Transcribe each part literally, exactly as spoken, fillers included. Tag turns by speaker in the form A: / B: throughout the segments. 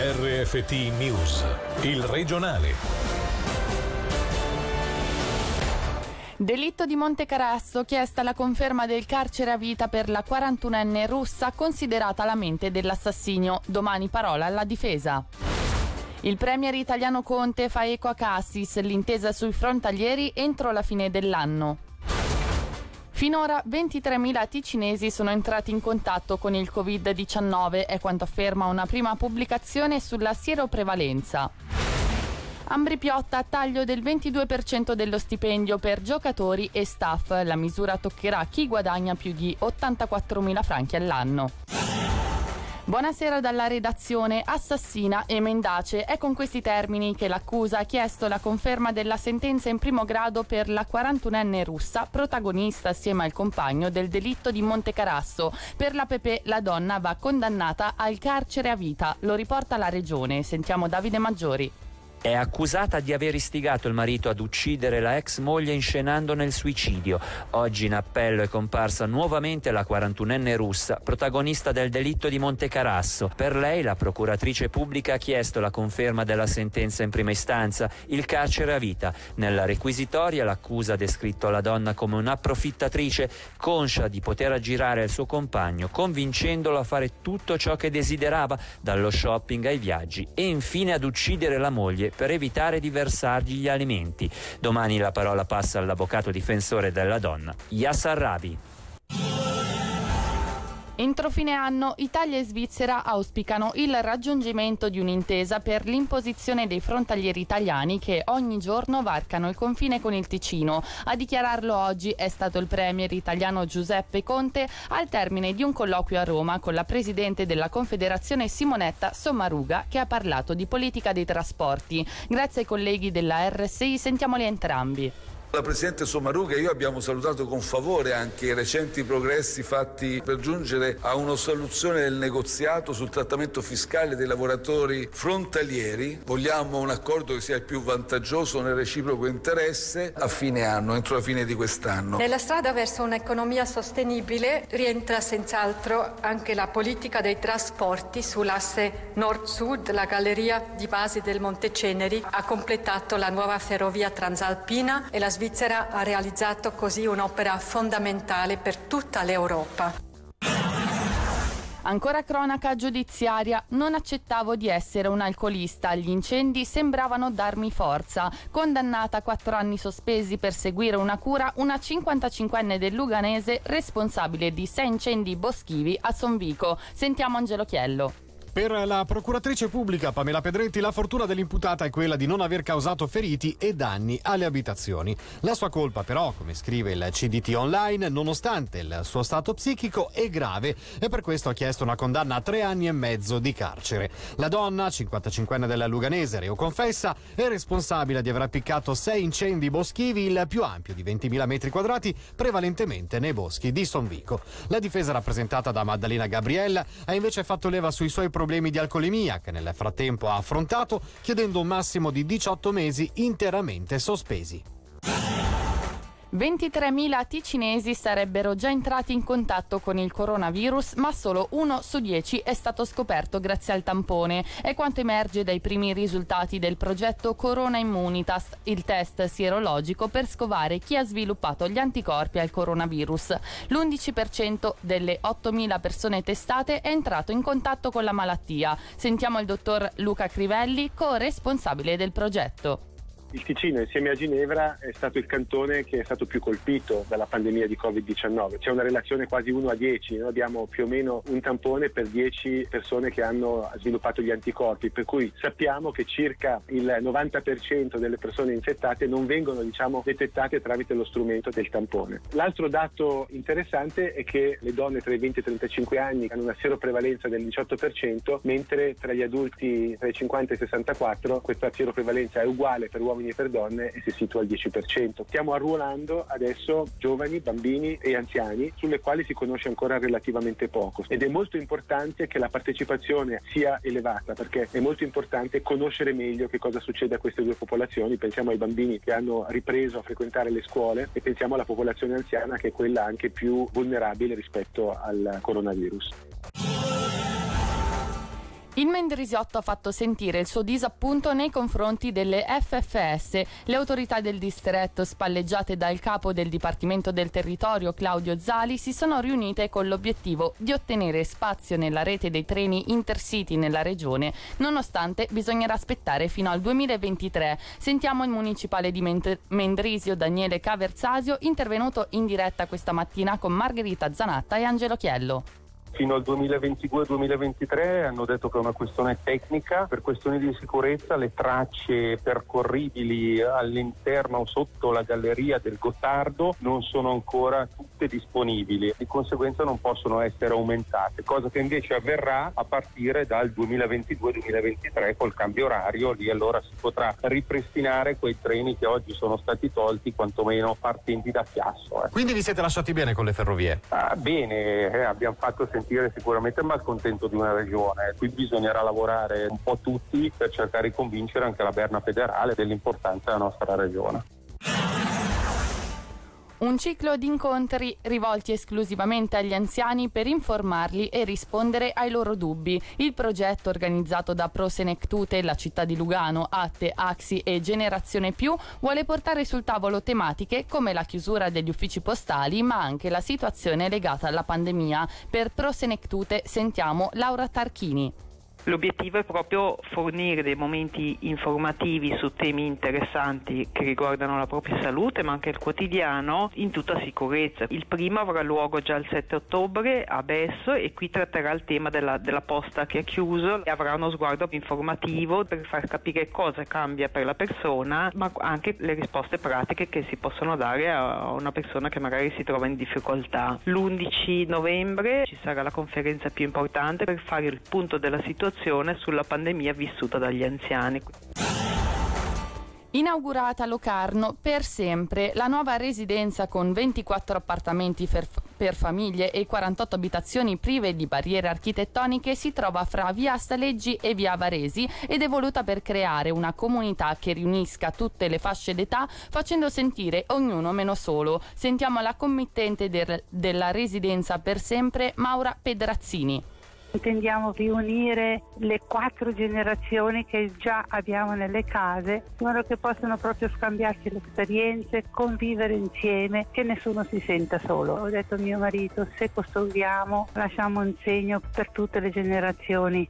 A: R F T News, il regionale.
B: Delitto di Montecarasso, chiesta la conferma del carcere a vita per la quarantunenne russa considerata la mente dell'assassinio. Domani parola alla difesa. Il premier italiano Conte fa eco a Cassis, l'intesa sui frontalieri entro la fine dell'anno. Finora ventitremila ticinesi sono entrati in contatto con il covid diciannove, è quanto afferma una prima pubblicazione sulla sieroprevalenza. Ambri Piotta, taglio del ventidue per cento dello stipendio per giocatori e staff. La misura toccherà chi guadagna più di ottantaquattromila franchi all'anno. Buonasera dalla redazione. Assassina e mendace. È con questi termini che l'accusa ha chiesto la conferma della sentenza in primo grado per la quarantunenne russa, protagonista assieme al compagno del delitto di Montecarasso. Per la Pepe la donna va condannata al carcere a vita. Lo riporta la regione. Sentiamo Davide Maggiori.
C: È accusata di aver istigato il marito ad uccidere la ex moglie inscenandone il suicidio. Oggi in appello è comparsa nuovamente la quarantunenne russa, protagonista del delitto di Montecarasso. Per lei la procuratrice pubblica ha chiesto la conferma della sentenza in prima istanza, il carcere a vita. Nella requisitoria l'accusa ha descritto la donna come un'approfittatrice, conscia di poter aggirare il suo compagno, convincendolo a fare tutto ciò che desiderava, dallo shopping ai viaggi, e infine ad uccidere la moglie per evitare di versargli gli alimenti. Domani la parola passa all'avvocato difensore della donna, Yasser Ravi.
B: Entro fine anno Italia e Svizzera auspicano il raggiungimento di un'intesa per l'imposizione dei frontalieri italiani che ogni giorno varcano il confine con il Ticino. A dichiararlo oggi è stato il premier italiano Giuseppe Conte al termine di un colloquio a Roma con la presidente della Confederazione Simonetta Sommaruga, che ha parlato di politica dei trasporti. Grazie ai colleghi della R S I sentiamoli entrambi.
D: La Presidente Sommaruga e io abbiamo salutato con favore anche i recenti progressi fatti per giungere a una soluzione del negoziato sul trattamento fiscale dei lavoratori frontalieri. Vogliamo un accordo che sia il più vantaggioso nel reciproco interesse a fine anno, entro la fine di quest'anno.
E: Nella strada verso un'economia sostenibile rientra senz'altro anche la politica dei trasporti sull'asse nord-sud. La galleria di base del Monte Ceneri ha completato la nuova ferrovia transalpina e la Svizzera ha realizzato così un'opera fondamentale per tutta l'Europa.
B: Ancora cronaca giudiziaria. Non accettavo di essere un alcolista. Gli incendi sembravano darmi forza. Condannata a quattro anni sospesi per seguire una cura, una cinquantacinquenne del Luganese responsabile di sei incendi boschivi a Sonvico. Sentiamo Angelo Chiello.
F: Per la procuratrice pubblica Pamela Pedretti la fortuna dell'imputata è quella di non aver causato feriti e danni alle abitazioni. La sua colpa però, come scrive il C D T online, nonostante il suo stato psichico, è grave e per questo ha chiesto una condanna a tre anni e mezzo di carcere. La donna, cinquantacinquenne della Luganese, reo confessa, è responsabile di aver appiccato sei incendi boschivi, il più ampio di ventimila metri quadrati, prevalentemente nei boschi di Sonvico. La difesa rappresentata da Maddalena Gabriella ha invece fatto leva sui suoi problemi di alcolemia, che nel frattempo ha affrontato, chiedendo un massimo di diciotto mesi interamente sospesi.
B: ventitremila ticinesi sarebbero già entrati in contatto con il coronavirus, ma solo uno su dieci è stato scoperto grazie al tampone. È quanto emerge dai primi risultati del progetto Corona Immunitas, il test sierologico per scovare chi ha sviluppato gli anticorpi al coronavirus. L'undici per cento delle ottomila persone testate è entrato in contatto con la malattia. Sentiamo il dottor Luca Crivelli, co-responsabile del progetto.
G: Il Ticino, insieme a Ginevra, è stato il cantone che è stato più colpito dalla pandemia di covid diciannove. C'è una relazione quasi uno a dieci, noi abbiamo più o meno un tampone per dieci persone che hanno sviluppato gli anticorpi, per cui sappiamo che circa il novanta per cento delle persone infettate non vengono, diciamo, detectate tramite lo strumento del tampone. L'altro dato interessante è che le donne tra i venti e i trentacinque anni hanno una sieroprevalenza del diciotto per cento, mentre tra gli adulti tra i cinquanta e i sessantaquattro questa sieroprevalenza è uguale per uomini e per donne e si situa al dieci per cento. Stiamo arruolando adesso giovani, bambini e anziani, sulle quali si conosce ancora relativamente poco, ed è molto importante che la partecipazione sia elevata, perché è molto importante conoscere meglio che cosa succede a queste due popolazioni. Pensiamo ai bambini che hanno ripreso a frequentare le scuole e pensiamo alla popolazione anziana, che è quella anche più vulnerabile rispetto al coronavirus.
B: Il Mendrisiotto ha fatto sentire il suo disappunto nei confronti delle F F S. Le autorità del distretto, spalleggiate dal capo del Dipartimento del Territorio Claudio Zali, si sono riunite con l'obiettivo di ottenere spazio nella rete dei treni intercity nella regione. Nonostante, bisognerà aspettare fino al duemilaventitré. Sentiamo il municipale di Mendrisio, Daniele Caverzasio, intervenuto in diretta questa mattina con Margherita Zanatta e Angelo Chiello.
H: Fino al duemilaventidue duemilaventitré hanno detto che è una questione tecnica, per questioni di sicurezza le tracce percorribili all'interno o sotto la galleria del Gottardo non sono ancora tutte disponibili, di conseguenza non possono essere aumentate, cosa che invece avverrà a partire dal duemilaventidue duemilaventitré col cambio orario. Lì allora si potrà ripristinare quei treni che oggi sono stati tolti, quantomeno partenti da Chiasso. Eh.
F: Quindi vi siete lasciati bene con le ferrovie?
H: Ah, bene, eh, abbiamo fatto sentire sicuramente il malcontento di una regione. Qui bisognerà lavorare un po' tutti per cercare di convincere anche la Berna federale dell'importanza della nostra regione.
B: Un ciclo di incontri rivolti esclusivamente agli anziani per informarli e rispondere ai loro dubbi. Il progetto, organizzato da Pro Senectute, la città di Lugano, Atte, Axi e Generazione Più, vuole portare sul tavolo tematiche come la chiusura degli uffici postali, ma anche la situazione legata alla pandemia. Per Pro Senectute sentiamo Laura Tarchini.
I: L'obiettivo è proprio fornire dei momenti informativi su temi interessanti che riguardano la propria salute ma anche il quotidiano in tutta sicurezza. Il primo avrà luogo già il sette ottobre a Besso e qui tratterà il tema della, della posta che è chiuso e avrà uno sguardo informativo per far capire cosa cambia per la persona ma anche le risposte pratiche che si possono dare a una persona che magari si trova in difficoltà. L'undici novembre ci sarà la conferenza più importante per fare il punto della situazione sulla pandemia vissuta dagli anziani.
B: Inaugurata a Locarno per sempre la nuova residenza con ventiquattro appartamenti per, per famiglie e quarantotto abitazioni prive di barriere architettoniche si trova fra via Staleggi e via Varesi ed è voluta per creare una comunità che riunisca tutte le fasce d'età facendo sentire ognuno meno solo. Sentiamo la committente del, della residenza per sempre, Maura Pedrazzini.
J: Intendiamo riunire le quattro generazioni che già abbiamo nelle case, in modo che possano proprio scambiarsi le esperienze, convivere insieme, che nessuno si senta solo. Ho detto a mio marito, se costruiamo lasciamo un segno per tutte le generazioni.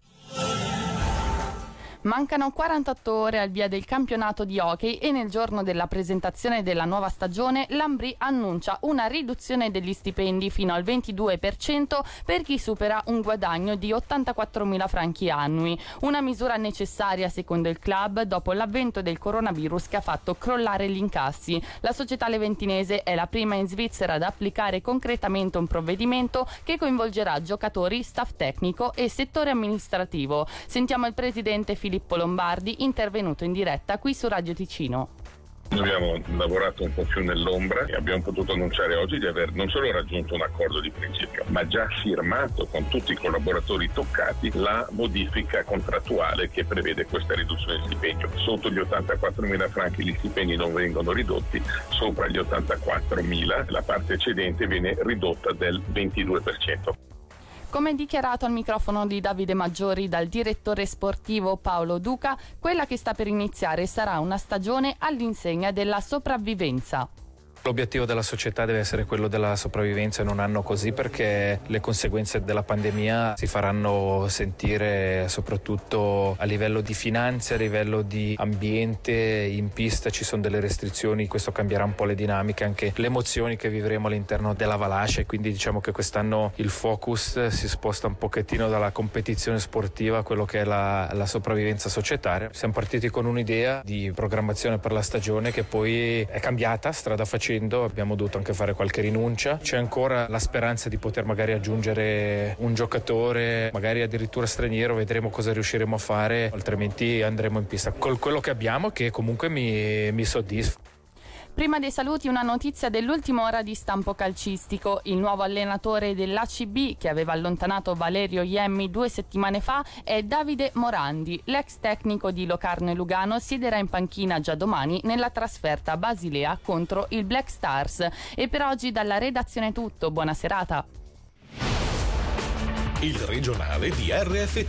B: Mancano quarantotto ore al via del campionato di hockey e nel giorno della presentazione della nuova stagione l'Ambrì annuncia una riduzione degli stipendi fino al ventidue per cento per chi supera un guadagno di ottantaquattromila franchi annui. Una misura necessaria secondo il club dopo l'avvento del coronavirus che ha fatto crollare gli incassi. La società leventinese è la prima in Svizzera ad applicare concretamente un provvedimento che coinvolgerà giocatori, staff tecnico e settore amministrativo. Sentiamo il presidente Filippo Lombardi, intervenuto in diretta qui su Radio Ticino.
K: Noi abbiamo lavorato un po' più nell'ombra e abbiamo potuto annunciare oggi di aver non solo raggiunto un accordo di principio, ma già firmato con tutti i collaboratori toccati la modifica contrattuale che prevede questa riduzione di stipendio. Sotto gli ottantaquattromila franchi gli stipendi non vengono ridotti, sopra gli ottantaquattromila la parte eccedente viene ridotta del ventidue per cento.
B: Come dichiarato al microfono di Davide Maggiori dal direttore sportivo Paolo Duca, quella che sta per iniziare sarà una stagione all'insegna della sopravvivenza.
L: L'obiettivo della società deve essere quello della sopravvivenza in un anno così, perché le conseguenze della pandemia si faranno sentire soprattutto a livello di finanze, a livello di ambiente. In pista ci sono delle restrizioni, questo cambierà un po' le dinamiche, anche le emozioni che vivremo all'interno della Valace, quindi diciamo che quest'anno il focus si sposta un pochettino dalla competizione sportiva a quello che è la, la sopravvivenza societaria. Siamo partiti con un'idea di programmazione per la stagione che poi è cambiata strada facendo. Abbiamo dovuto anche fare qualche rinuncia, c'è ancora la speranza di poter magari aggiungere un giocatore, magari addirittura straniero, vedremo cosa riusciremo a fare, altrimenti andremo in pista con quello che abbiamo, che comunque mi, mi soddisfa.
B: Prima dei saluti una notizia dell'ultima ora di stampo calcistico. Il nuovo allenatore dell'A C B, che aveva allontanato Valerio Iemmi due settimane fa, è Davide Morandi. L'ex tecnico di Locarno e Lugano siederà in panchina già domani nella trasferta a Basilea contro il Black Stars. E per oggi dalla redazione è tutto, buona serata.
A: Il regionale di R F T.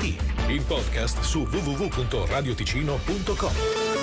A: In podcast su w w w punto radioticino punto com.